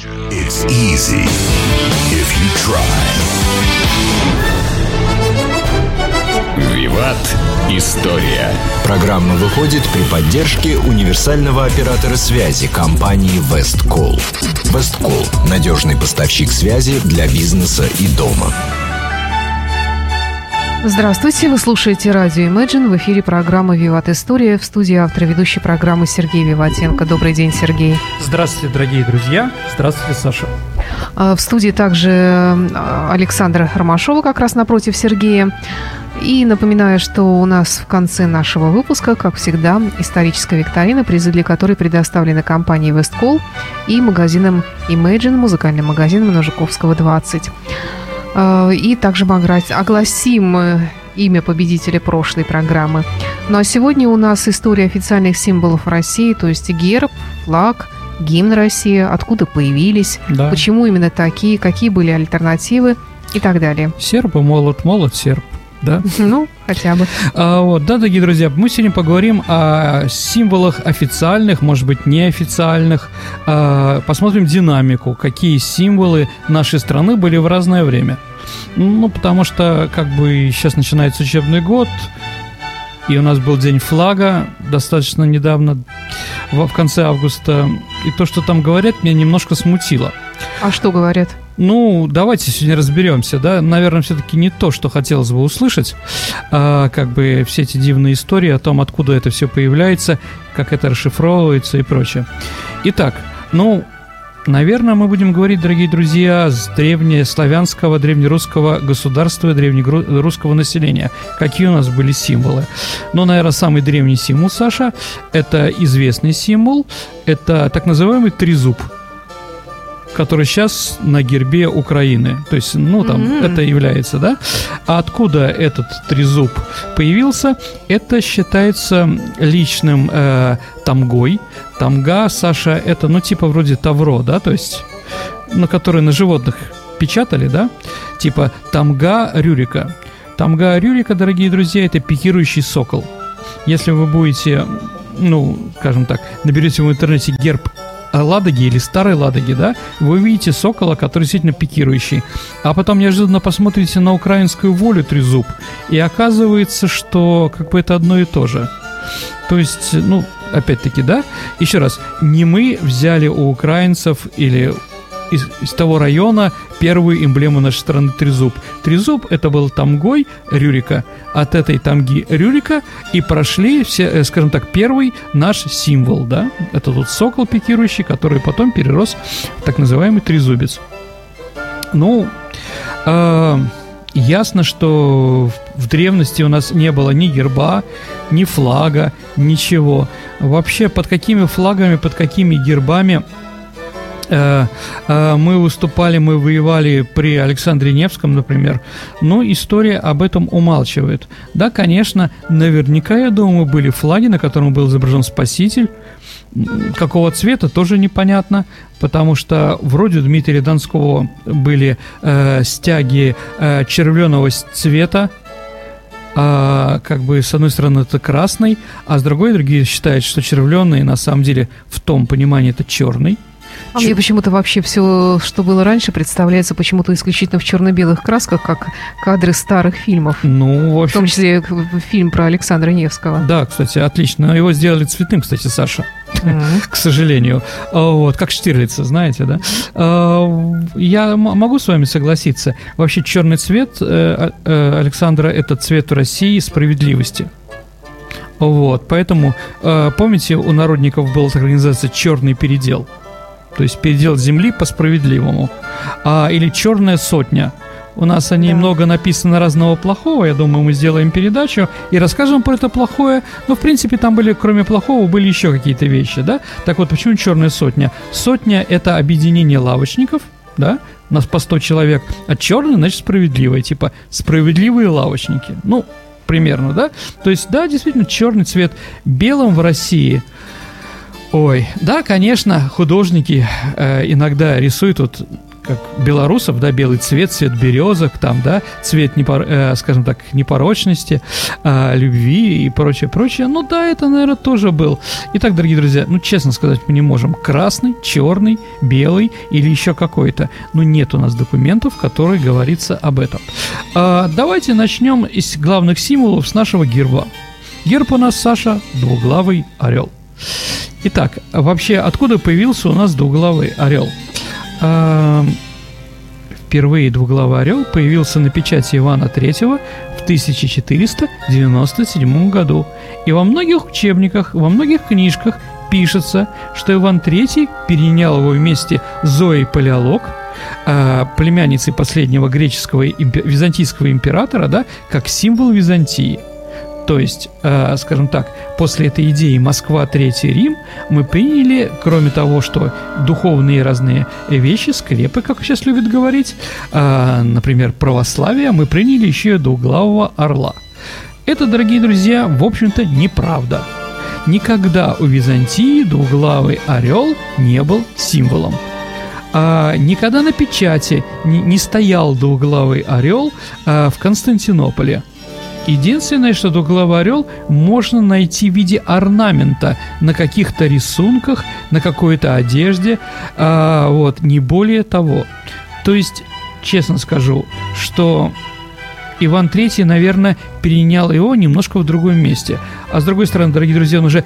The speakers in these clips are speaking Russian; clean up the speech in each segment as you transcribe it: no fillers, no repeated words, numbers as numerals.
It's easy if you try. Виват. История. Программа выходит при поддержке универсального оператора связи компании Весткол. Весткол – надежный поставщик связи для бизнеса и дома. Здравствуйте, вы слушаете радио Imagine. В эфире программа «Виват. История». В студии автор ведущей программы Сергей Виватенко. Добрый день, Сергей. Здравствуйте, дорогие друзья. Здравствуйте, Саша. В студии также Александра Ромашова, как раз напротив Сергея. И напоминаю, что у нас в конце нашего выпуска, как всегда, историческая викторина, призы для которой предоставлены компанией Весткол и магазином Imagine, музыкальным магазином на Жуковского, 20. И также мы огласим имя победителя прошлой программы. Ну а сегодня у нас история официальных символов России, то есть герб, флаг, гимн России, откуда появились, да. Почему именно такие, какие были альтернативы и так далее. Серп и молот, молот, серп. Да? Ну, хотя бы. Да, дорогие друзья, мы сегодня поговорим о символах официальных, может быть, неофициальных. Посмотрим динамику, какие символы нашей страны были в разное время. Ну, потому что, сейчас начинается учебный год, и у нас был День флага достаточно недавно, в конце августа. И то, что там говорят, меня немножко смутило. А что говорят? Ну, давайте сегодня разберемся, да. Наверное, все-таки не то, что хотелось бы услышать. Все эти дивные истории о том, откуда это все появляется, как это расшифровывается и прочее. Итак, наверное, мы будем говорить, дорогие друзья, с древнеславянского, древнерусского государства, древнерусского населения. Какие у нас были символы? Наверное, самый древний символ, Саша, это известный символ, это так называемый трезуб, который сейчас на гербе Украины. То есть, это является, да? А откуда этот трезуб появился? Это считается личным тамгой. Тамга, Саша, это, вроде тавро, да? То есть, который на животных печатали, да? Типа тамга Рюрика. Тамга Рюрика, дорогие друзья, это пикирующий сокол. Если вы будете, наберете в интернете герб Ладоги или Старой Ладоги, да, вы увидите сокола, который действительно пикирующий. А потом неожиданно посмотрите на украинскую волю трезуб, и оказывается, что это одно и то же. То есть, опять-таки, да, еще раз, не мы взяли у украинцев или из того района первую эмблему нашей страны трезуб. Трезуб это был тамгой Рюрика. От этой тамги Рюрика и прошли все, первый наш символ, да? Это тот сокол пикирующий, который потом перерос в так называемый трезубец. Ясно, что в древности у нас не было ни герба, ни флага, ничего. Вообще, под какими флагами, под какими гербами мы выступали, мы воевали при Александре Невском, например, но история об этом умалчивает. Да, конечно, наверняка, я думаю, были флаги, на котором был изображен Спаситель. Какого цвета, тоже непонятно, потому что вроде у Дмитрия Донского были стяги червленого цвета, с одной стороны это красный, а с другой другие считают, что червленый на самом деле в том понимании это черный. А мне почему-то вообще все, что было раньше, представляется почему-то исключительно в черно-белых красках, как кадры старых фильмов. В том числе фильм про Александра Невского. Да, кстати, отлично. Но его сделали цветным, кстати, Саша. К сожалению. Как Штирлица, знаете, да? Я могу с вами согласиться. Вообще черный цвет Александра – это цвет России справедливости. Поэтому, помните, у народников была организация «Черный передел». То есть передел земли по справедливому. Или «Черная сотня». У нас о ней много написано разного плохого. Я думаю, мы сделаем передачу и расскажем про это плохое. Но, в принципе, там были, кроме плохого, были еще какие-то вещи, да? Так вот, почему «Черная сотня»? Сотня – это объединение лавочников, да? У нас по 100 человек. А черный, значит, справедливый. Типа справедливые лавочники. Примерно, да? То есть, да, действительно, черный цвет. Белым в России – да, конечно, художники иногда рисуют как белорусов, да, белый цвет, цвет березок, там, да, цвет, скажем так, непорочности, любви и прочее. Ну да, это, наверное, тоже был. Итак, дорогие друзья, честно сказать, мы не можем. Красный, черный, белый или еще какой-то. Нет у нас документов, в которых говорится об этом. Давайте начнем из главных символов с нашего герба. Герб у нас, Саша, двуглавый орел. Итак, вообще, откуда появился у нас двуглавый орел? Впервые двуглавый орел появился на печати Ивана III в 1497 году. И во многих учебниках, во многих книжках пишется, что Иван III перенял его вместе с Зоей Палеолог, племянницей последнего греческого византийского императора, да, как символ Византии. То есть, скажем так, после этой идеи Москва, Третий Рим, мы приняли, кроме того, что духовные разные вещи, скрепы, как сейчас любят говорить, например, православие, мы приняли еще и двуглавого орла. Это, дорогие друзья, в общем-то, неправда. Никогда у Византии двуглавый орел не был символом. Никогда на печати не стоял двуглавый орел в Константинополе. Единственное, что двуглавый орел можно найти в виде орнамента на каких-то рисунках, на какой-то одежде, не более того. То есть, честно скажу, что Иван III, наверное, перенял его немножко в другом месте. А с другой стороны, дорогие друзья, он уже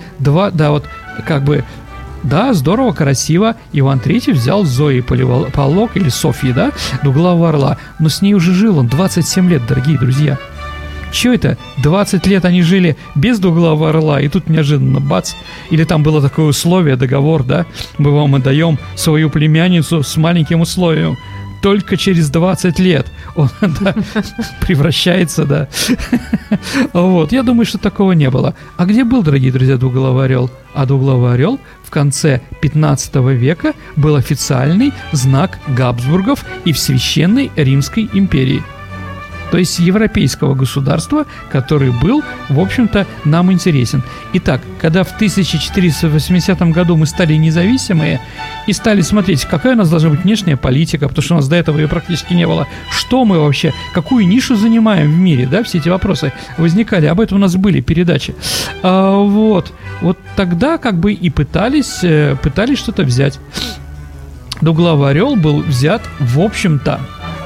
здорово, красиво. Иван III взял Зои Палеолог или Софьи, да, двуглавого орла, но с ней уже жил он 27 лет, дорогие друзья. Чё это? 20 лет они жили без двуглавого орла, и тут неожиданно бац. Или там было такое условие, договор, да? Мы вам отдаем свою племянницу с маленьким условием. Только через 20 лет он превращается, да. Я думаю, что такого не было. А где был, дорогие друзья, двуглавый орел? А двуглавый орел в конце 15 века был официальный знак Габсбургов и в Священной Римской империи. То есть европейского государства, который был, в общем-то, нам интересен. Итак, когда в 1480 году мы стали независимые и стали смотреть, какая у нас должна быть внешняя политика, потому что у нас до этого ее практически не было, что мы вообще, какую нишу занимаем в мире, да, все эти вопросы возникали, об этом у нас были передачи. Вот тогда и пытались что-то взять. Двуглавый орел был взят, в общем-то,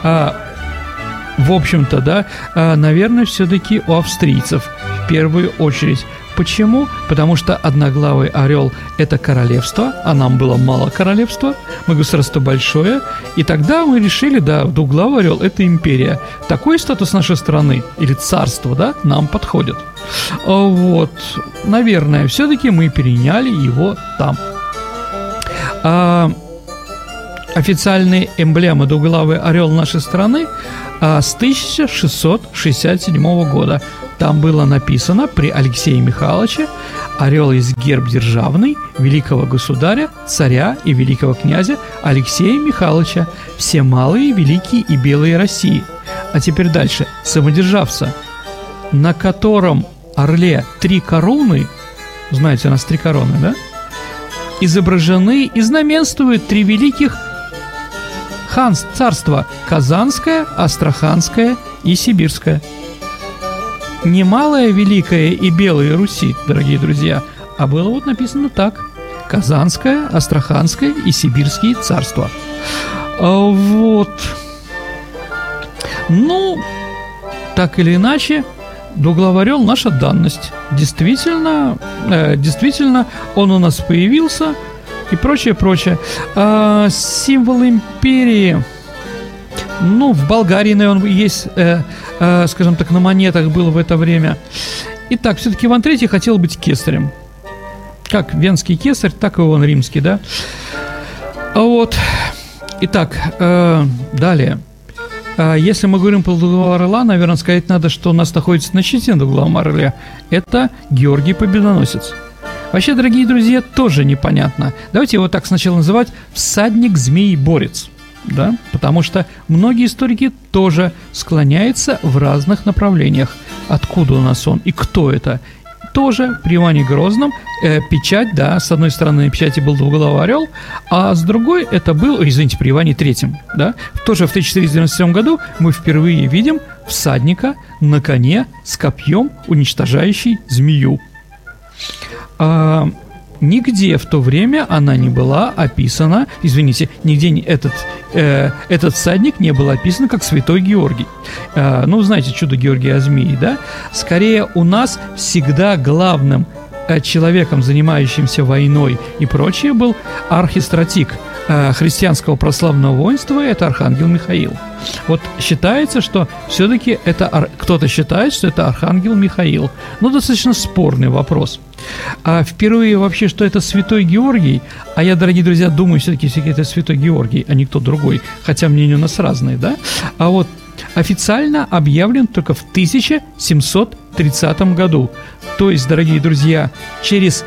да, наверное, все-таки у австрийцев в первую очередь. Почему? Потому что одноглавый орел – это королевство, а нам было мало королевства, мы государство большое, и тогда мы решили, да, двуглавый орел – это империя. Такой статус нашей страны, или царство, да, нам подходит. Наверное, все-таки мы переняли его там. Официальные эмблемы двуглавый орел нашей страны с 1667 года. Там было написано при Алексее Михайловиче: орел есть герб державный великого государя, царя и великого князя Алексея Михайловича, все малые, великие и белые России. А теперь дальше. Самодержавца, на котором орле 3 короны, знаете, у нас 3 короны, да, изображены и знаменствуют 3 великих царства: Казанское, Астраханское и Сибирское. Не малая, великая и белая Руси, дорогие друзья, а было написано так: Казанское, Астраханское и Сибирские царства. Так или иначе, двуглавый орел – наша данность. Действительно, он у нас появился. И прочее. Символ империи. В Болгарии, наверное, есть, скажем так, на монетах был в это время. Итак, все-таки Иван III хотел быть кесарем. Как венский кесарь, так и он римский, да? Итак, далее. Если мы говорим про двуглавого орла, наверное, сказать надо, что у нас находится на щите на двуглавом орле. Это Георгий Победоносец. Вообще, дорогие друзья, тоже непонятно. Давайте его так сначала называть всадник-змееборец, да? Потому что многие историки тоже склоняются в разных направлениях. Откуда у нас он и кто это? тоже при Иване Грозном печать, да, с одной стороны на печати был двуглавый орел, а с другой это был, при Иване Третьем, да, тоже в 1497 году мы впервые видим всадника на коне с копьем, уничтожающий змею. Нигде в то время она не была описана, нигде этот всадник не был описан как святой Георгий. Знаете, чудо Георгия о змеи, да? Скорее, у нас всегда главным человеком, занимающимся войной и прочее, был архистратик христианского православного воинства, это архангел Михаил. Вот считается, что все-таки кто-то считает, что это архангел Михаил. Достаточно спорный вопрос. А впервые вообще, что это святой Георгий, а я, дорогие друзья, думаю, все-таки это святой Георгий, а не кто другой, хотя мнения у нас разные, да? А вот официально объявлен только в 1730 году. То есть, дорогие друзья, через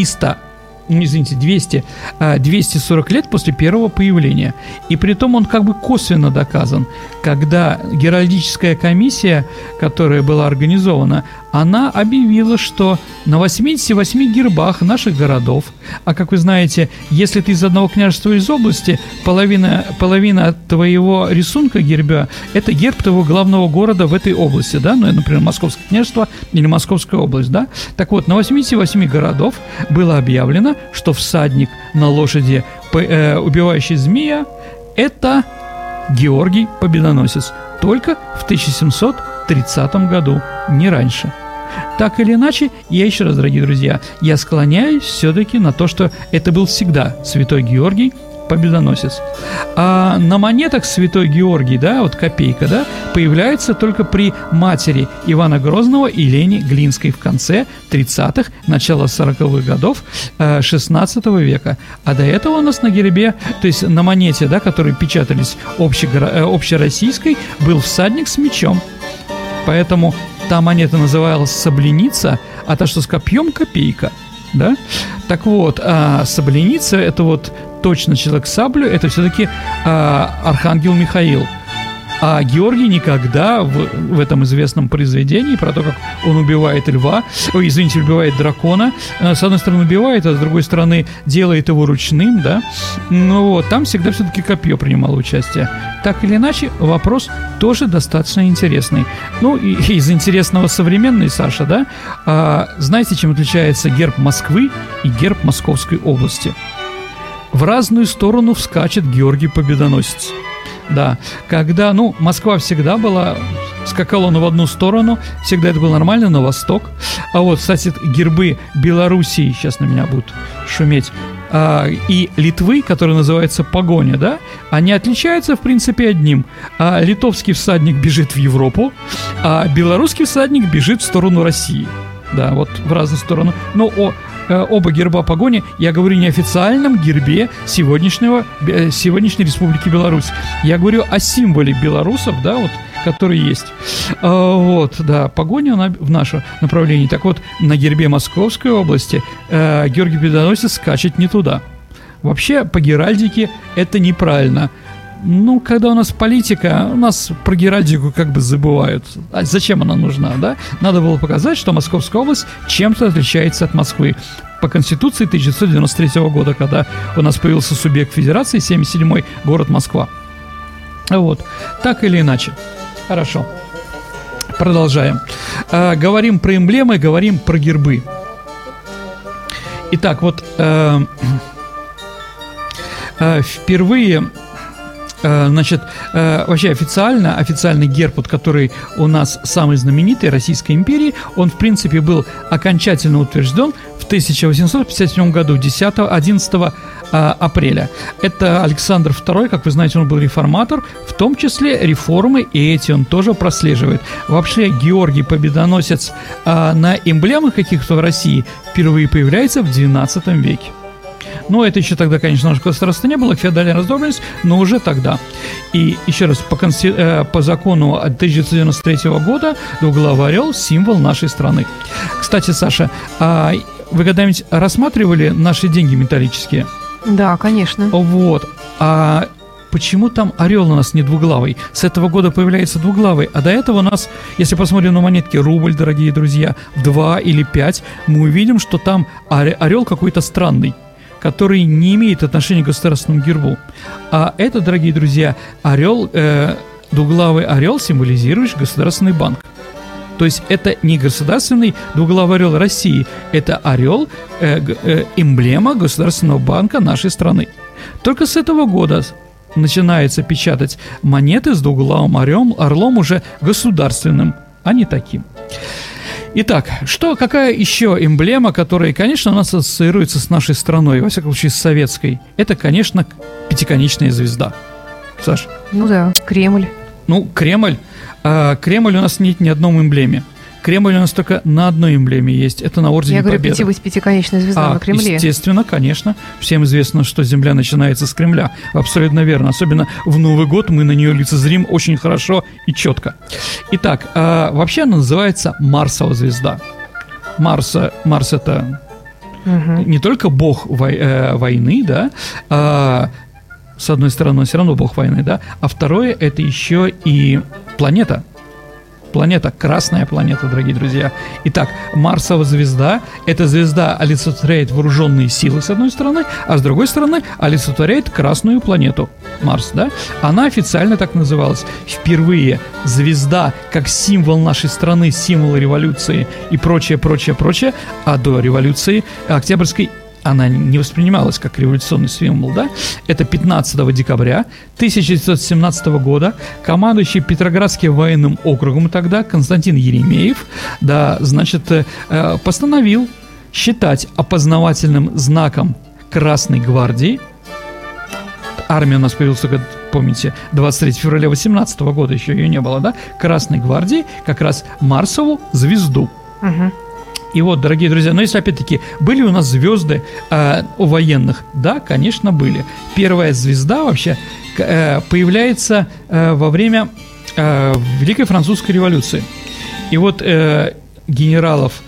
240 лет после первого появления. И притом он как бы косвенно доказан, когда геральдическая комиссия, которая была организована, она объявила, что на 88 гербах наших городов, а как вы знаете, если ты из одного княжества или из области, половина твоего рисунка герба – это герб твоего главного города в этой области, да, например, Московское княжество или Московская область, да. Так вот, на 88 городов было объявлено, что всадник на лошади, убивающий змея, это Георгий Победоносец. Только в 1730 году, не раньше. Так или иначе, я еще раз, дорогие друзья, я склоняюсь все-таки на то, что это был всегда святой Георгий Победоносец. А на монетах святой Георгий, да, вот копейка, да, появляется только при матери Ивана Грозного и Лене Глинской в конце 30-х, начало 40-х годов 16 века. А до этого у нас на гербе, то есть на монете, да, которые печатались общероссийской, был всадник с мечом. Поэтому та монета называлась сабленица, а та, что с копьем, копейка. Да? Так вот, сабленица – это вот точно человек с саблей, это все-таки архангел Михаил. А Георгий никогда в этом известном произведении про то, как он убивает убивает дракона, с одной стороны убивает, а с другой стороны делает его ручным, да, там всегда все-таки копье принимало участие. Так или иначе, вопрос тоже достаточно интересный. И из интересного современный, Саша, да, знаете, чем отличается герб Москвы и герб Московской области? В разную сторону вскачет Георгий Победоносец. Да, когда, Москва всегда скакала он в одну сторону, всегда это было нормально, на восток. А вот, кстати, гербы Белоруссии, сейчас на меня будут шуметь, и Литвы, который называется погоня, да, они отличаются, в принципе, одним. Литовский всадник бежит в Европу, а белорусский всадник бежит в сторону России. Да, вот в разные стороны. Оба герба погони, я говорю не о официальном гербе сегодняшней Республики Беларусь. Я говорю о символе белорусов, да, вот, который есть. Погоня в наше направление. Так вот, на гербе Московской области Георгий Победоносец скачет не туда. Вообще, по геральдике это неправильно. Когда у нас политика, у нас про геральдику как бы забывают. А зачем она нужна, да? Надо было показать, что Московская область чем-то отличается от Москвы. По Конституции 1993 года, когда у нас появился субъект федерации, 77-й город Москва. Так или иначе. Хорошо. Продолжаем. Говорим про эмблемы, говорим про гербы. Итак, впервые... вообще официальный герб, который у нас самый знаменитый Российской империи, он, в принципе, был окончательно утвержден в 1857 году, 11 апреля. Это Александр II, как вы знаете, он был реформатор, в том числе реформы, и эти он тоже прослеживает. Вообще, Георгий Победоносец на эмблемах каких-то в России впервые появляется в XII веке. Это еще тогда, конечно, немножко государства не было, феодальная раздробленность, но уже тогда. И еще раз, по закону 1993 года двуглавый орел – символ нашей страны. Кстати, Саша, вы когда-нибудь рассматривали наши деньги металлические? Да, конечно. почему там орел у нас не двуглавый? С этого года появляется двуглавый, а до этого у нас, если посмотрим на монетки рубль, дорогие друзья, в 2 или 5, мы увидим, что там орел какой-то странный, который не имеет отношения к государственному гербу. А это, дорогие друзья, орел, двуглавый орел, символизирует Государственный банк. То есть это не государственный двуглавый орел России, это орел, эмблема Государственного банка нашей страны. Только с этого года начинается печатать монеты с двуглавым орлом уже государственным, а не таким. Итак, какая еще эмблема, которая, конечно, у нас ассоциируется с нашей страной, во всяком случае, с советской? Это, конечно, пятиконечная звезда. Саш? Ну да, Кремль. Кремль. Кремль у нас нет ни одном эмблеме. Кремль у нас только на одной эмблеме есть. Это на Ордене Победы. Я говорю, пятиконечная звезда на Кремле. Естественно, конечно. Всем известно, что Земля начинается с Кремля. Абсолютно верно. Особенно в Новый год мы на нее лицезрим очень хорошо и четко. Итак, вообще она называется Марсова звезда. Марс это не только бог войны, да, с одной стороны, он все равно бог войны, да, а второе, это еще и планета. Планета, красная планета, дорогие друзья. Итак, Марсова звезда. Эта звезда олицетворяет вооруженные силы, с одной стороны, а с другой стороны олицетворяет красную планету. Марс, да? Она официально так называлась. Впервые звезда как символ нашей страны, символ революции и прочее, а до революции Октябрьской она не воспринималась как революционный символ, да? Это 15 декабря 1917 года командующий Петроградским военным округом тогда Константин Еремеев, да, значит, постановил считать опознавательным знаком Красной гвардии. Армия у нас появилась только, помните, 23 февраля 18 года, еще ее не было, да? Красной гвардии как раз Марсову звезду. Угу. И вот, дорогие друзья, но если, опять-таки, были у нас звезды у военных? Да, конечно, были. Первая звезда вообще появляется во время Великой Французской революции. И вот генералов,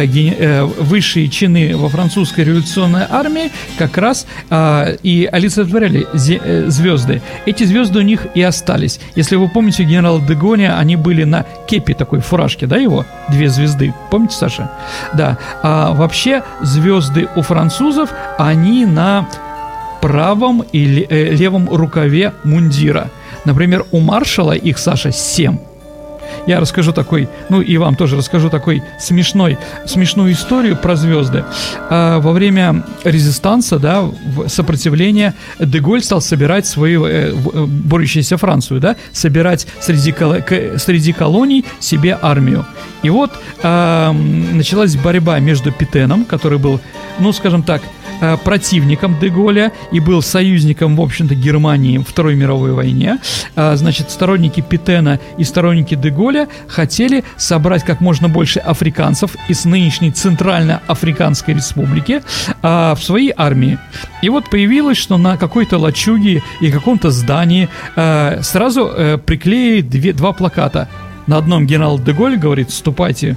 высшие чины во французской революционной армии как раз и олицетворяли звезды. Эти звезды у них и остались. Если вы помните, у генерала де Голля они были на кепи такой, фуражке, да, его? 2 звезды. Помните, Саша? Да. А вообще звезды у французов, они на правом и левом рукаве мундира. Например, у маршала их, Саша, 7. Я расскажу такой, и вам тоже расскажу такой смешную историю про звезды. Во время резистанса, да, сопротивления, де Голль стал собирать свою борющуюся Францию, да, собирать среди колоний себе армию. И вот началась борьба между Петеном, который был, скажем так, противником де Голля и был союзником, в общем-то, Германии в Второй мировой войне. Значит, сторонники Петена и сторонники де Голля хотели собрать как можно больше африканцев из нынешней Центральноафриканской республики в своей армии. И вот появилось, что на какой-то лачуге и каком-то здании сразу приклеили 2 плаката. На одном генерал де Голль говорит: «Вступайте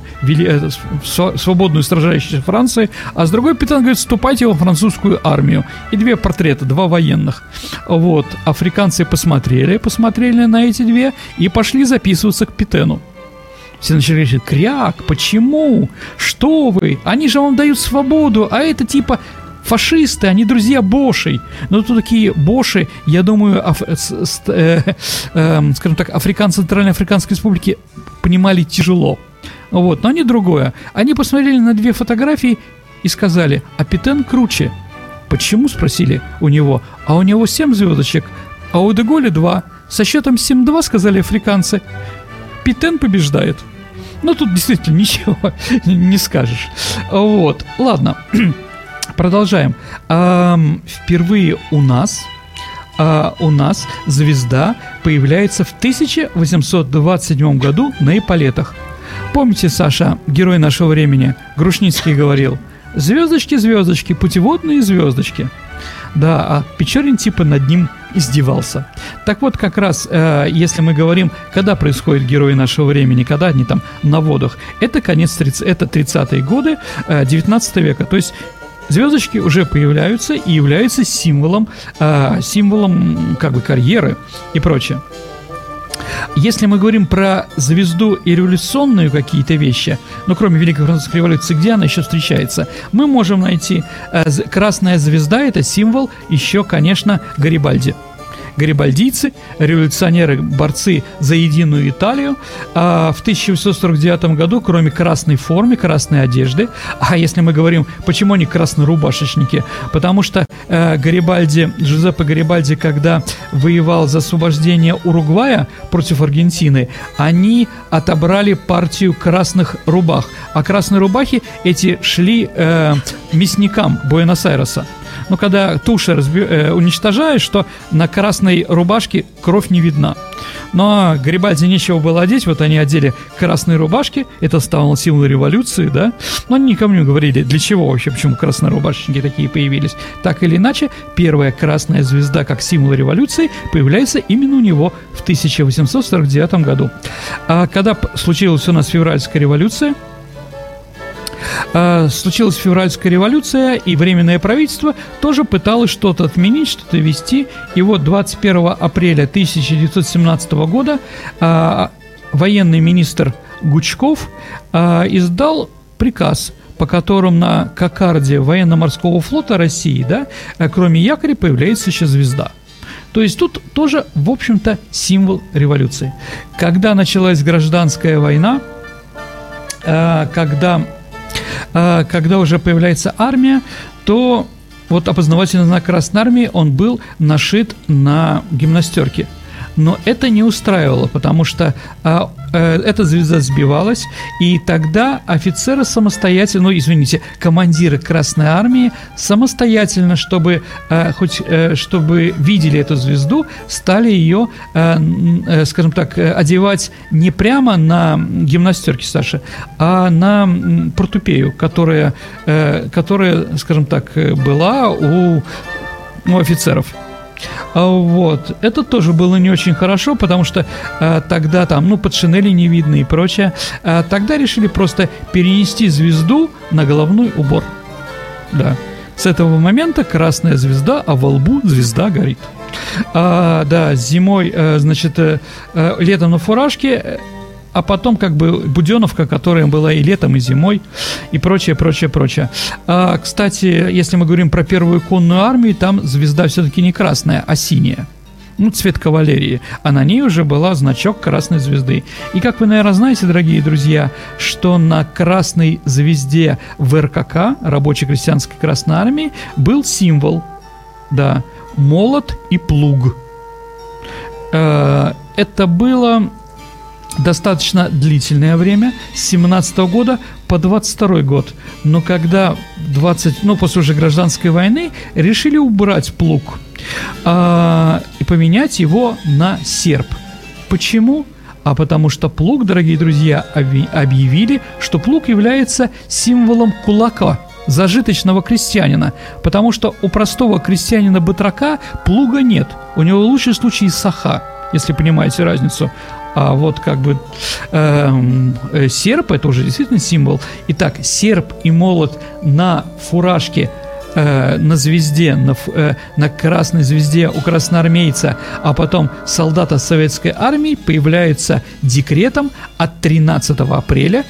в свободную сражающуюся Францию», а с другой Петен говорит: «Вступайте во французскую армию». И 2 портрета, 2 военных. Вот, африканцы посмотрели на эти 2 и пошли записываться к Петену. Все начали говорить: «Кряк, почему? Что вы? Они же вам дают свободу, а это типа фашисты, они друзья Бошей». Но тут такие Боши, я думаю, скажем так, африканцы Центральноафриканской республики понимали тяжело. Вот, но они другое. Они посмотрели на 2 фотографии и сказали: «А Петен круче». «Почему?» — спросили у него. «А у него 7 звездочек, а у де Голля 2. Со счетом 7-2, сказали африканцы. Петен побеждает». Тут действительно ничего не скажешь. Вот, ладно. Продолжаем. Впервые у нас звезда появляется в 1827 году на эполетах. Помните, Саша, герой нашего времени, Грушницкий говорил: «Звездочки, звездочки, путеводные звездочки». Да, а Печорин типа над ним издевался. Так вот, как раз, если мы говорим, когда происходят герои нашего времени, когда они там на водах, это конец, это 30-е годы 19 века, то есть звездочки уже появляются и являются символом как бы карьеры и прочее. Если мы говорим про звезду и революционные какие-то вещи, ну, кроме Великой Французской революции, где она еще встречается, мы можем найти красная звезда, это символ еще, конечно, Гарибальди. Гарибальдийцы, революционеры, борцы за единую Италию, в 1849 году, кроме красной формы, красной одежды, а если мы говорим, почему они краснорубашечники, потому что Джузеппе Гарибальди, когда воевал за освобождение Уругвая против Аргентины, они отобрали партию красных рубах, а красные рубахи эти шли мясникам Буэнос-Айреса. Но когда туши уничтожаешь, что на красной рубашке кровь не видна. Но Гарибальди нечего было одеть, вот они одели красные рубашки, это стало символом революции, да. Но они никому не говорили, для чего вообще, почему краснорубашечники такие появились. Так или иначе, первая красная звезда как символ революции появляется именно у него в 1849 году. А когда случилась у нас февральская революция, случилась февральская революция, и Временное правительство тоже пыталось что-то отменить, что-то ввести. И вот 21 апреля 1917 года военный министр Гучков издал приказ, по которому на кокарде военно-морского флота России, да, кроме якоря, появляется еще звезда. То есть тут тоже, в общем-то, символ революции. Когда началась гражданская война, когда уже появляется армия, то вот опознавательный знак Красной Армии, он был нашит на гимнастерке. Но это не устраивало, потому что эта звезда сбивалась, и тогда офицеры самостоятельно, командиры Красной Армии самостоятельно, чтобы видели эту звезду, стали ее, скажем так, одевать не прямо на гимнастерке, Саша, а на портупею, которая, скажем так, была у офицеров. Вот. Это тоже было не очень хорошо, потому что тогда там, под шинели не видно и прочее. Тогда решили просто перенести звезду на головной убор. Да. С этого момента красная звезда, а во лбу звезда горит. Да, зимой, летом на фуражке, а потом как бы буденовка, которая была и летом, и зимой, и прочее. Кстати, если мы говорим про первую конную армию, там звезда все-таки не красная, а синяя. Цвет кавалерии. А на ней уже была значок красной звезды. И как вы, наверное, знаете, дорогие друзья, что на красной звезде в РКК, Рабочей крестьянской Красной Армии, был символ, да, молот и плуг. Это было достаточно длительное время, с 17 года по 22 год. Но когда после уже гражданской войны решили убрать плуг и поменять его на серп. Почему? Потому что плуг, дорогие друзья, объявили, что плуг является символом кулака, зажиточного крестьянина, потому что у простого крестьянина-батрака плуга нет. У него в лучшем случае саха, если понимаете разницу. А вот как бы серп – это уже действительно символ. Итак, серп и молот на фуражке, на звезде, на красной звезде у красноармейца, а потом солдата советской армии появляется декретом от 13 апреля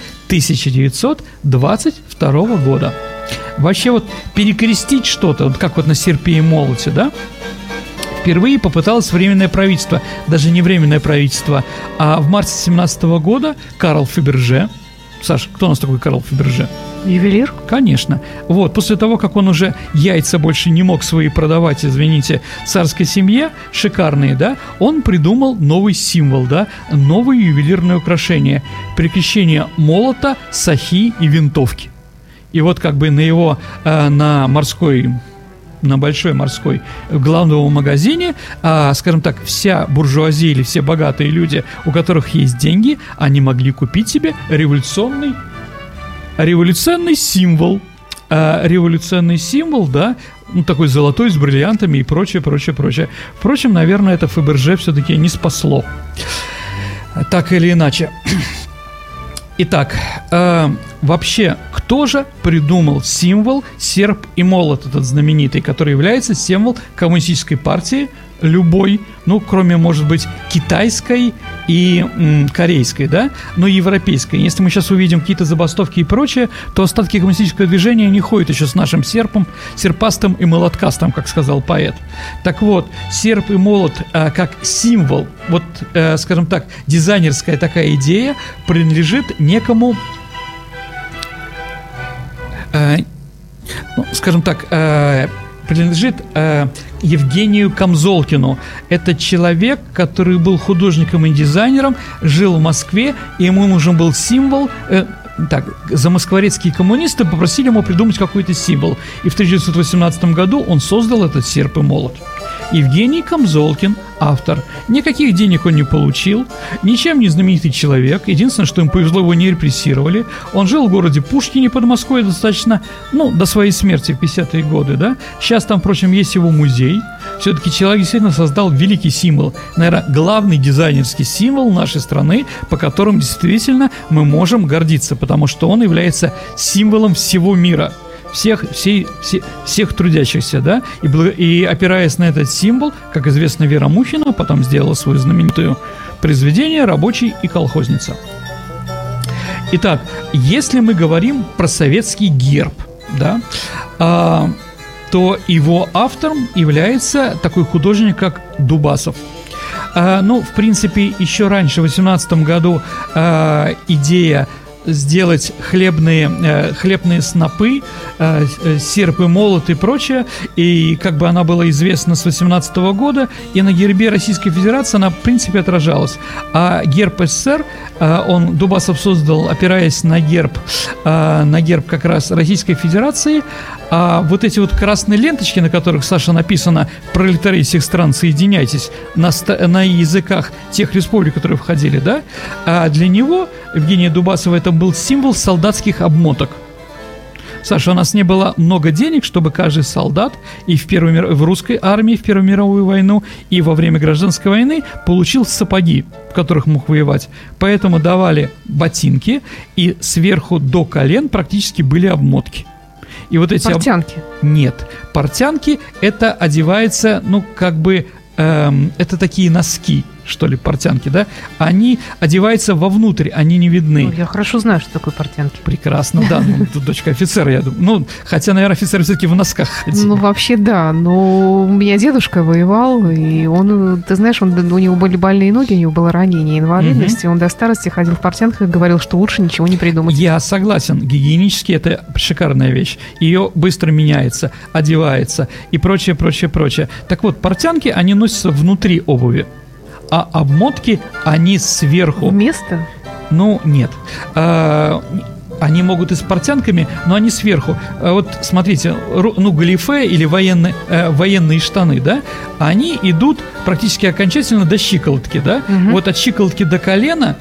1922 года. Вообще вот перекрестить что-то, вот как вот на серпе и молоте, да? Впервые попыталось Временное правительство, даже не Временное правительство, а в марте 17 года Карл Фаберже. Саша, кто у нас такой Карл Фаберже? Ювелир? Конечно. Вот, после того, как он уже яйца больше не мог свои продавать, царской семье, шикарные, да, он придумал новый символ, да, новое ювелирное украшение. Перекрещение молота, сахи и винтовки. И вот как бы на его, на большой морской в главном магазине, скажем так, вся буржуазия или все богатые люди, у которых есть деньги, они могли купить себе революционный символ. Революционный символ, да, такой золотой с бриллиантами и прочее. Впрочем, наверное, это Фаберже все-таки не спасло. Так или иначе. Итак, вообще, кто же придумал символ серп и молот, этот знаменитый, который является символ коммунистической партии, любой, ну, кроме, может быть, китайской и корейской, да, но и европейской. Если мы сейчас увидим какие-то забастовки и прочее, то остатки коммунистического движения не ходят еще с нашим серпом, серпастым и молоткастым, как сказал поэт. Так вот, серп и молот как символ, вот, скажем так, дизайнерская такая идея принадлежит некому, скажем так, принадлежит Евгению Камзолкину. Это человек, который был художником и дизайнером, жил в Москве, и ему нужен был символ. Замоскворецкие коммунисты попросили ему придумать какой-то символ. И в 1918 году он создал этот серп и молот. Евгений Камзолкин, автор. Никаких денег он не получил, ничем не знаменитый человек. Единственное, что им повезло, его не репрессировали. Он жил в городе Пушкине под Москвой достаточно, до своей смерти в 50-е годы, да. Сейчас там, впрочем, есть его музей. Все-таки человек действительно создал великий символ, наверное, главный дизайнерский символ нашей страны, по которому действительно мы можем гордиться, потому что он является символом всего мира. Всех трудящихся, да, и опираясь на этот символ, как известно, Вера Мухина потом сделала свое знаменитое произведение «Рабочий и колхозница». Итак, если мы говорим про советский герб, да, то его автором является такой художник, как Дубасов. В принципе, еще раньше, в 18 году, идея сделать хлебные снопы, серп и молот и прочее, и как бы она была известна с 18 года, и на гербе Российской Федерации она в принципе отражалась. А герб СССР Дубасов создал, опираясь на герб как раз Российской Федерации, а вот эти вот красные ленточки, на которых, Саша, написано «Пролетарии всех стран, соединяйтесь», на языках тех республик, которые входили, да, а для него, Евгения Дубасова, это был символ солдатских обмоток. Саша, у нас не было много денег, чтобы каждый солдат и в русской армии в Первую мировую войну, и во время гражданской войны получил сапоги, в которых мог воевать. Поэтому давали ботинки, и сверху до колен практически были обмотки. И вот эти портянки? Нет. Портянки — это одевается, это такие носки, что ли, портянки, да? Они одеваются вовнутрь, они не видны. Я хорошо знаю, что такое портянки. Прекрасно, да. Тут дочка офицера, я думаю. Хотя, наверное, офицеры все-таки в носках ходили. Вообще, да. Но у меня дедушка воевал, и он, ты знаешь, у него были больные ноги, у него было ранение, инвалидность, и он до старости ходил в портянках и говорил, что лучше ничего не придумать. Я согласен. Гигиенически это шикарная вещь. Ее быстро меняется, одевается и прочее, прочее, прочее. Так вот, портянки, они носятся внутри обуви, а обмотки, они сверху. Вместо? Нет. Они могут и с портянками, но они сверху. Вот смотрите, галифе или военные штаны, да, они идут практически окончательно до щиколотки, да. Угу. Вот от щиколотки до колена,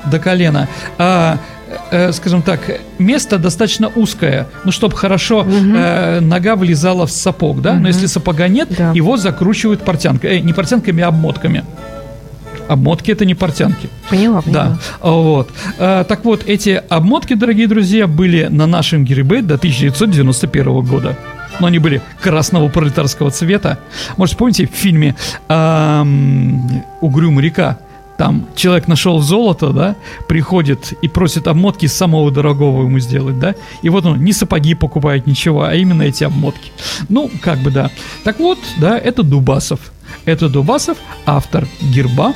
скажем так, место достаточно узкое, чтобы хорошо нога влезала в сапог, да. Но если сапога нет, его закручивают не портянками, а обмотками. Обмотки — это не портянки. Поняла. Да, вот. Так вот, эти обмотки, дорогие друзья, были на нашем гербе до 1991 года. Но они были красного пролетарского цвета. Может, помните в фильме «Угрюм река»? Там человек нашел золото, да, приходит и просит обмотки из самого дорогого ему сделать, да. И вот он не сапоги покупает, ничего, а именно эти обмотки. Да. Так вот, да, это Дубасов. Это Дубасов, автор герба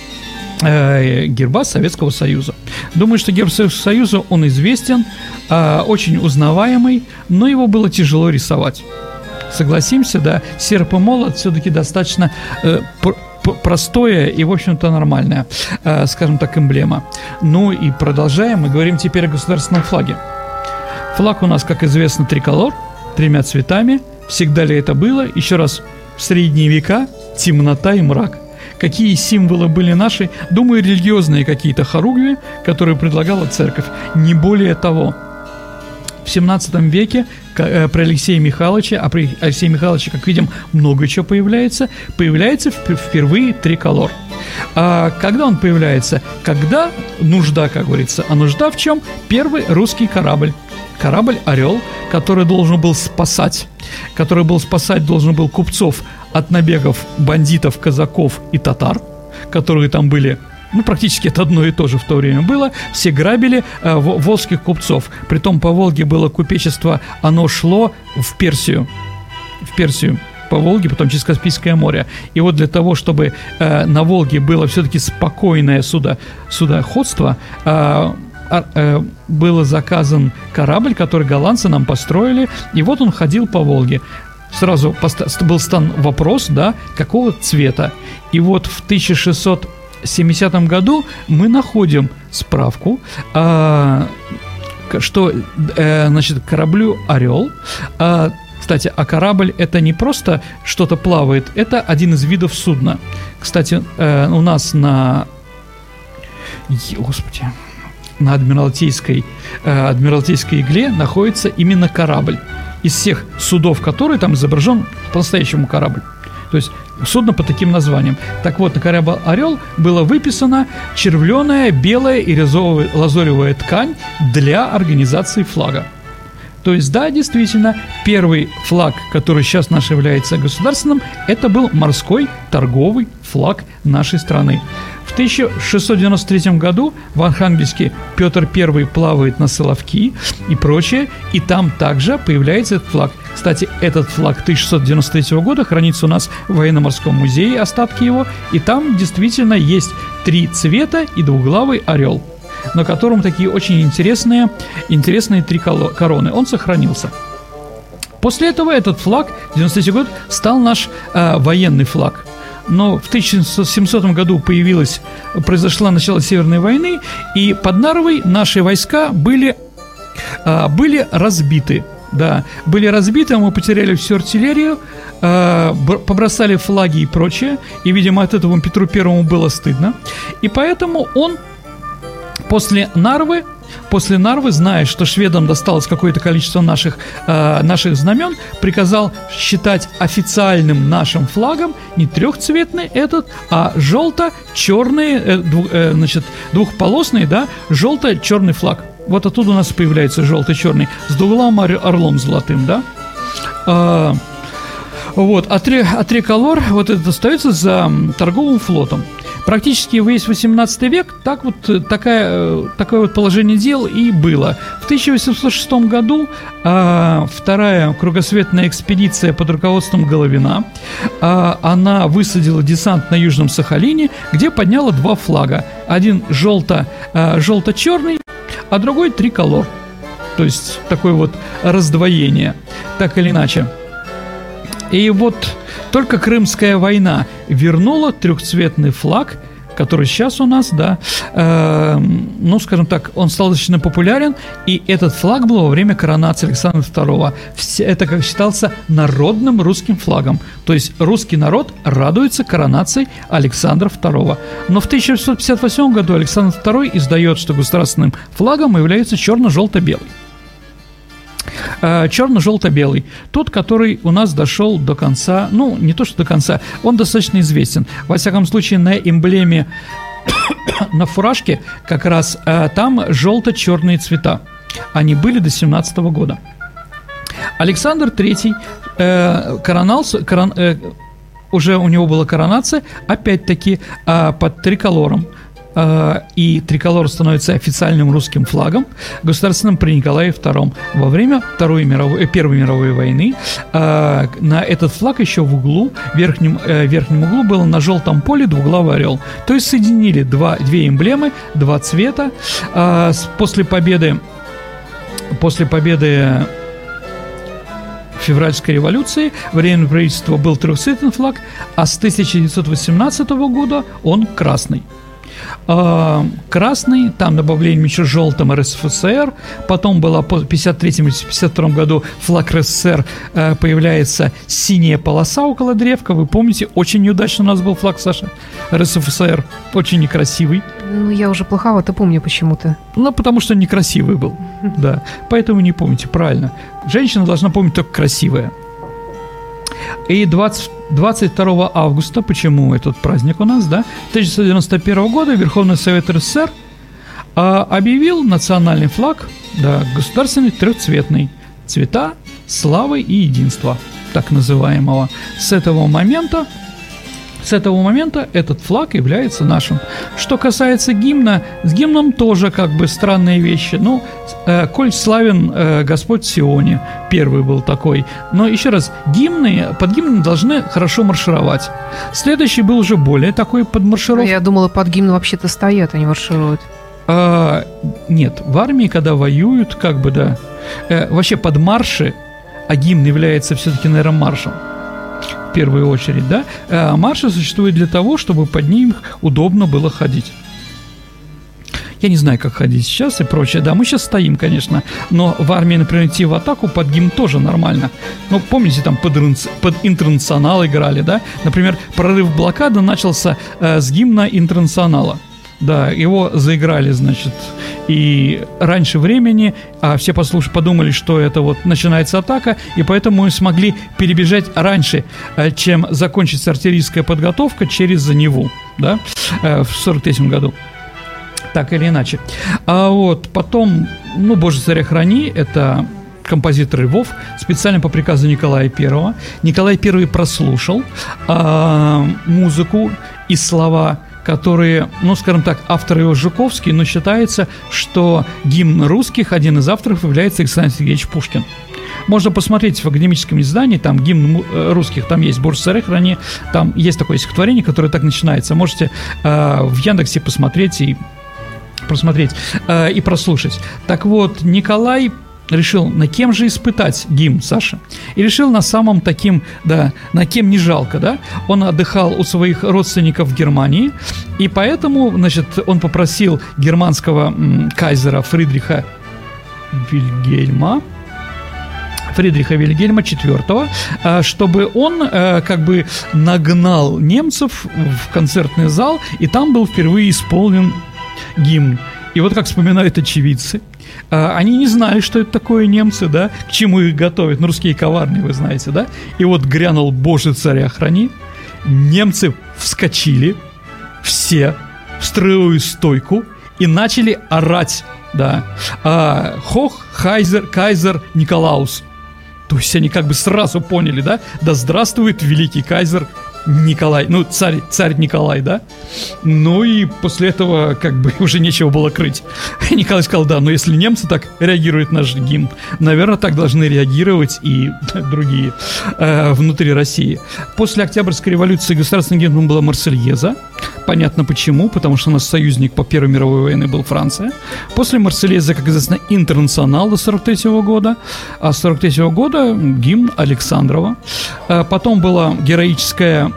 Советского Союза. Думаю, что герб Советского Союза, он известен, очень узнаваемый, но его было тяжело рисовать. Согласимся, да, серп и молот все-таки достаточно простое и, в общем-то, нормальная, скажем так, эмблема. И продолжаем. Мы говорим теперь о государственном флаге. Флаг у нас, как известно, триколор, 3 цветами. Всегда ли это было? Еще раз, в средние века темнота и мрак. Какие символы были наши? Думаю, религиозные какие-то хоругви, которые предлагала церковь. Не более того. В 17 веке про Алексея Михайловича, а при Алексее Михайловиче, как видим, много чего появляется впервые триколор. А когда он появляется? Когда нужда, как говорится. А нужда в чем? Первый русский корабль корабль «Орел», который должен был спасать должен был купцов от набегов бандитов, казаков и татар, которые там были. Практически это одно и то же в то время было. Все грабили волжских купцов. Притом по Волге было купечество, оно шло в Персию по Волге, потом через Каспийское море. И вот для того, чтобы на Волге было все-таки спокойное судоходство, был заказан корабль, который голландцы нам построили, и вот он ходил по Волге. Сразу был стан вопрос, да, какого цвета. И вот в 1670 году мы находим справку, что, кораблю «Орел», кстати, а корабль – это не просто что-то плавает, это один из видов судна. Кстати, у нас на Адмиралтейской игле находится именно корабль. Из всех судов, которые там изображен по-настоящему корабль. То есть судно под таким названием. Так вот, на корабль «Орел» была выписана червленая, белая и лазоревая ткань для организации флага. То есть, да, действительно, первый флаг, который сейчас наш является государственным, это был морской торговый флаг нашей страны. В 1693 году в Архангельске Петр I плавает на Соловки и прочее, и там также появляется этот флаг. Кстати, этот флаг 1693 года хранится у нас в военно-морском музее, остатки его, и там действительно есть 3 цвета и двуглавый орел, на котором такие очень интересные 3 короны. Он сохранился. После этого этот флаг, 93 год, стал наш военный флаг. Но в 1700 году произошло начало Северной войны, и под Нарвой наши войска были разбиты. Да, были разбиты, мы потеряли всю артиллерию, побросали флаги и прочее, и, видимо, от этого Петру Первому было стыдно. И поэтому он после Нарвы, зная, что шведам досталось какое-то количество наших знамен, приказал считать официальным нашим флагом не трехцветный этот, а желто-черный, двухполосный, да, желто-черный флаг. Вот оттуда у нас появляется желто-черный с двуглавым орлом золотым, да. А триколор вот это остается за торговым флотом. Практически весь 18 век такое вот положение дел и было. В 1806 году вторая кругосветная экспедиция под руководством Головина, она высадила десант на Южном Сахалине, где подняла 2 флага. Один желто-черный, а другой триколор. То есть такое вот раздвоение, так или иначе. И вот только Крымская война вернула трехцветный флаг, который сейчас у нас, да, скажем так, он стал достаточно популярен, и этот флаг был во время коронации Александра II. Это, как считался, народным русским флагом. То есть русский народ радуется коронации Александра II. Но в 1658 году Александр II издает, что государственным флагом является черно-желто-белый. Черно-желто-белый. Тот, который у нас дошел до конца, не то что до конца, он достаточно известен. Во всяком случае, на эмблеме, на фуражке, как раз там желто-черные цвета. Они были до 17 года. Александр III уже у него была коронация, опять-таки, под триколором. И триколор становится официальным русским флагом, государственным при Николае II. Во время Первой мировой войны на этот флаг еще в углу, в верхнем углу, было на желтом поле двуглавый орел. То есть соединили две эмблемы, 2 цвета. После победы Февральской революции временное правительство был трехцветный флаг, а с 1918 года он красный. Красный, там добавлением еще желтым РСФСР, потом была по 1953-1952 году флаг РСФСР, появляется синяя полоса около древка. Вы помните, очень неудачно у нас был флаг, Саша, РСФСР, очень некрасивый. Я уже плоховато помню почему-то. Потому что некрасивый был, да, поэтому не помните, правильно. Женщина должна помнить только красивое. И 22 августа, почему этот праздник у нас, да, 1991 года Верховный Совет РСФСР объявил национальный флаг, да, государственный трехцветный, цвета славы и единства, так называемого. С этого момента этот флаг является нашим. Что касается гимна, с гимном тоже как бы странные вещи. Ну, «Коль славен Господь в Сионе» первый был такой. Но еще раз, под гимны должны хорошо маршировать. Следующий был уже более такой под маршировку. Я думала, под гимн вообще-то стоят, они маршируют. Нет, в армии, когда воюют, как бы, да, вообще под марши, а гимн является все-таки, наверное, маршем, в первую очередь, да, марши существуют для того, чтобы под ним удобно было ходить. Я не знаю, как ходить сейчас и прочее. Да, мы сейчас стоим, конечно, но в армии, например, идти в атаку под гимн тоже нормально. Ну, помните, там под «Интернационал» играли, да? Например, прорыв блокады начался с гимна «Интернационала». Да, его заиграли, значит, и раньше времени, а все подумали, что это вот начинается атака, и поэтому мы смогли перебежать раньше, чем закончится артиллерийская подготовка через Неву, да, в 43-м году. Так или иначе. А вот потом, ну, «Боже, царя храни», это композитор Львов, специально по приказу Николая I. Николай I прослушал музыку и слова, которые, ну, скажем так, автор его Жуковский, но считается, что гимн русских, один из авторов является Александр Сергеевич Пушкин. Можно посмотреть в академическом издании, там гимн русских, там есть «Боже, царя храни», там есть такое стихотворение, которое так начинается. Можете в Яндексе посмотреть и прослушать. Так вот, Николай решил, на кем же испытать гимн, Саша? И решил на самом таким, да, на кем не жалко, да? Он отдыхал у своих родственников в Германии, и поэтому, значит, он попросил германского кайзера Фридриха Вильгельма IV, чтобы он как бы нагнал немцев в концертный зал, и там был впервые исполнен гимн. И вот как вспоминают очевидцы, они не знали, что это такое немцы, да, к чему их готовят. Ну, русские коварные, вы знаете, да. И вот грянул «Боже, царя храни». Немцы вскочили, все, в строевую стойку и начали орать, да. «Хох, кайзер Николаус». То есть они как бы сразу поняли, да, да здравствует великий кайзер Николай, ну, царь Николай, да. Ну и после этого как бы уже нечего было крыть. Николай сказал, да, но если немцы так реагируют на наш гимн, наверное, так должны реагировать и другие внутри России. После Октябрьской революции государственным гимном была «Марсельеза». Понятно почему, потому что у нас союзник по Первой мировой войне был Франция. После «Марсельезы», как известно, «Интернационал» до 43-го года, а с 43-го года гимн Александрова. Потом была героическая,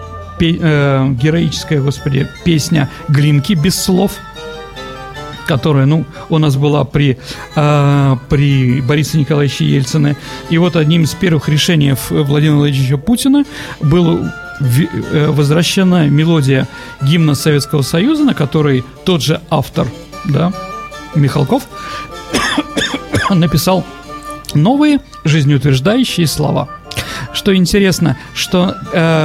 песня Глинки без слов, которая, ну, у нас была при Борисе Николаевиче Ельцине. И вот одним из первых решений Владимира Владимировича Путина было возвращена мелодия гимна Советского Союза, на которой тот же автор, да, Михалков, написал новые жизнеутверждающие слова. Что интересно, что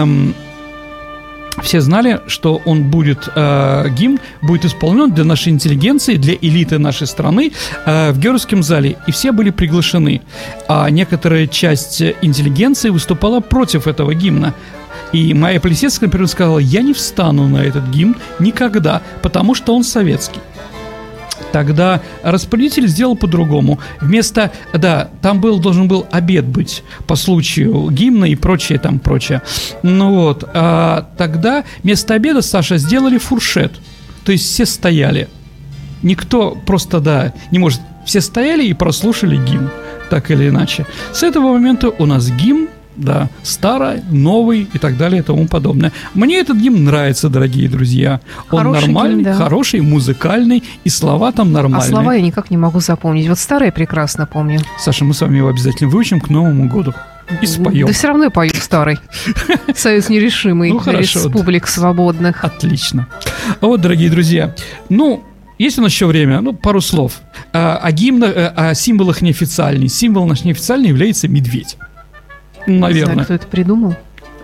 все знали, что он гимн будет исполнен для нашей интеллигенции, для элиты нашей страны в Георгиевском зале, и все были приглашены. А некоторая часть интеллигенции выступала против этого гимна. И Майя Плесецкая, например, сказала: я не встану на этот гимн никогда, потому что он советский. Тогда распорядитель сделал по-другому. Вместо, да, там должен был обед быть по случаю гимна и прочее. Ну вот, тогда вместо обеда, Саша, сделали фуршет. То есть все стояли. Никто просто, да, не может. Все стояли и прослушали гимн, так или иначе. С этого момента у нас гимн, да, старый, новый и так далее и тому подобное. Мне этот гимн нравится, дорогие друзья. Он хороший нормальный, гимн, да. Хороший, музыкальный, и слова там нормальные. А слова я никак не могу запомнить. Вот старый прекрасно помню. Саша, мы с вами его обязательно выучим к Новому году и споем. Да все равно я пою старый. Союз нерешимый, республик свободных. Отлично. Вот, дорогие друзья, есть у нас еще время, пару слов. О гимнах, о символах неофициальных. Символ наш неофициальный является медведь. Наверное. Не знаю, кто это придумал.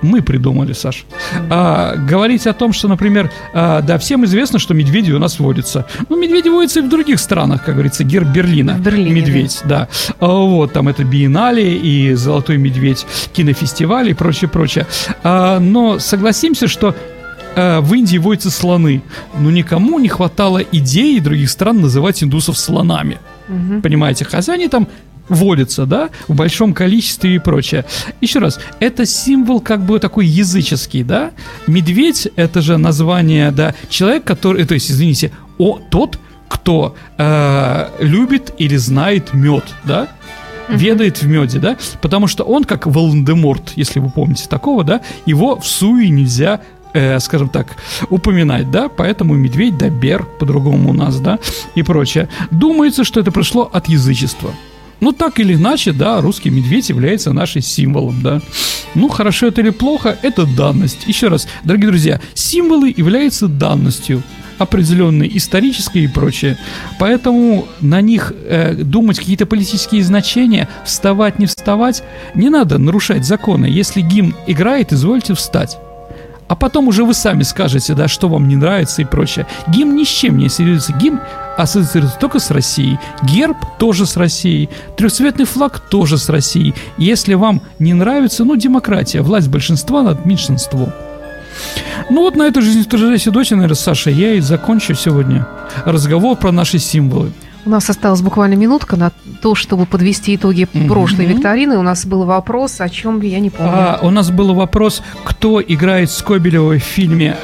мы придумали, Саш. Говорить о том, что, например, да, всем известно, что медведи у нас водятся. Ну, медведи водятся и в других странах, как говорится, герб Берлина. В Берлине, медведь, да. Вот, там это биеннале и «Золотой медведь», кинофестиваль и прочее. Но согласимся, что в Индии водятся слоны. Но никому не хватало идеи других стран называть индусов слонами. Понимаете, хотя они там водятся, да, в большом количестве и прочее. Еще раз, это символ как бы такой языческий, да. Медведь — это же название, да, человек, который, то есть, извините, тот, кто любит или знает мед, да, ведает в меде, да, потому что он как Волан-де-Морт, если вы помните такого, да, его в суе нельзя, скажем так, упоминать, да, поэтому медведь, да, бер, по-другому у нас, да, и прочее. Думается, что это пришло от язычества. Ну, так или иначе, да, русский медведь является нашим символом, да. Ну, хорошо это или плохо, это данность. Еще раз, дорогие друзья, символы являются данностью определенной, исторической и прочее. Поэтому на них думать какие-то политические значения, вставать, не вставать, не надо нарушать законы. Если гимн играет, извольте встать. А потом уже вы сами скажете, да, что вам не нравится и прочее. Гимн ни с чем не ассоциируется. Гимн ассоциируется только с Россией. Герб тоже с Россией. Трехцветный флаг тоже с Россией. Если вам не нравится, ну, демократия, власть большинства над меньшинством. Ну вот на этой жизнеутверждающей ноте, наверное, Саша, я и закончу сегодня разговор про наши символы. У нас осталась буквально минутка на то, чтобы подвести итоги прошлой викторины. У нас был вопрос, о чем я не помню. У нас был вопрос, кто играет Скобелева в фильме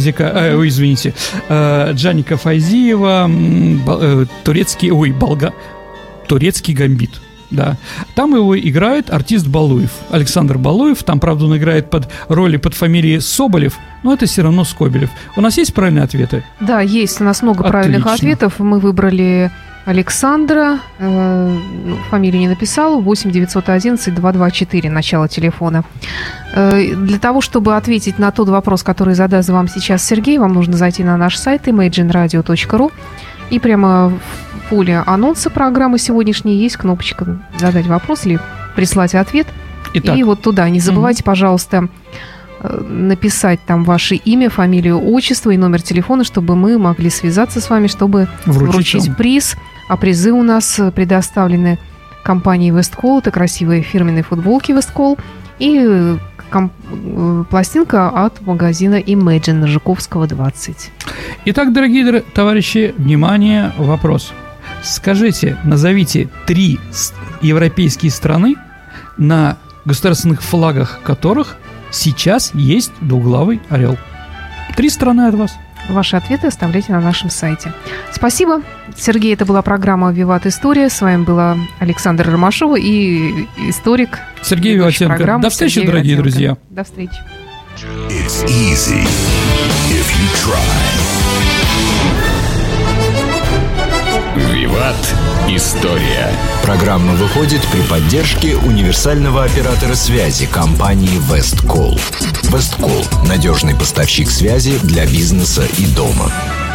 Джаника Файзиева, турецкий гамбит. Да. Там его играет артист Балуев, Александр Балуев. Там, правда, он играет под фамилией Соболев, но это все равно Скобелев. У нас есть правильные ответы? Да, есть. У нас много правильных ответов. Мы выбрали Александра, фамилию не написал, 8-911-224, начало телефона. Для того, чтобы ответить на тот вопрос, который задаст вам сейчас Сергей, вам нужно зайти на наш сайт imagineradio.ru, и прямо в поле анонса программы сегодняшней есть кнопочка «Задать вопрос» или «Прислать ответ». Итак. И вот туда. Не забывайте, пожалуйста, написать там ваше имя, фамилию, отчество и номер телефона, чтобы мы могли связаться с вами, чтобы вручить приз. А призы у нас предоставлены компанией Весткол. Это красивые фирменные футболки Весткол и пластинка от магазина Imagine на Жуковского, 20. Итак, дорогие товарищи, внимание, вопрос. Скажите, назовите 3 европейские страны, на государственных флагах которых сейчас есть двуглавый орел. 3 страны от вас. Ваши ответы оставляйте на нашем сайте. Спасибо. Сергей, это была программа «Виват История». С вами была Александра Ромашова и историк Сергей Виватенко. До встречи, дорогие друзья. До встречи. It's easy if you try. «Виват. История». Программа выходит при поддержке универсального оператора связи компании Весткол. Весткол – надежный поставщик связи для бизнеса и дома.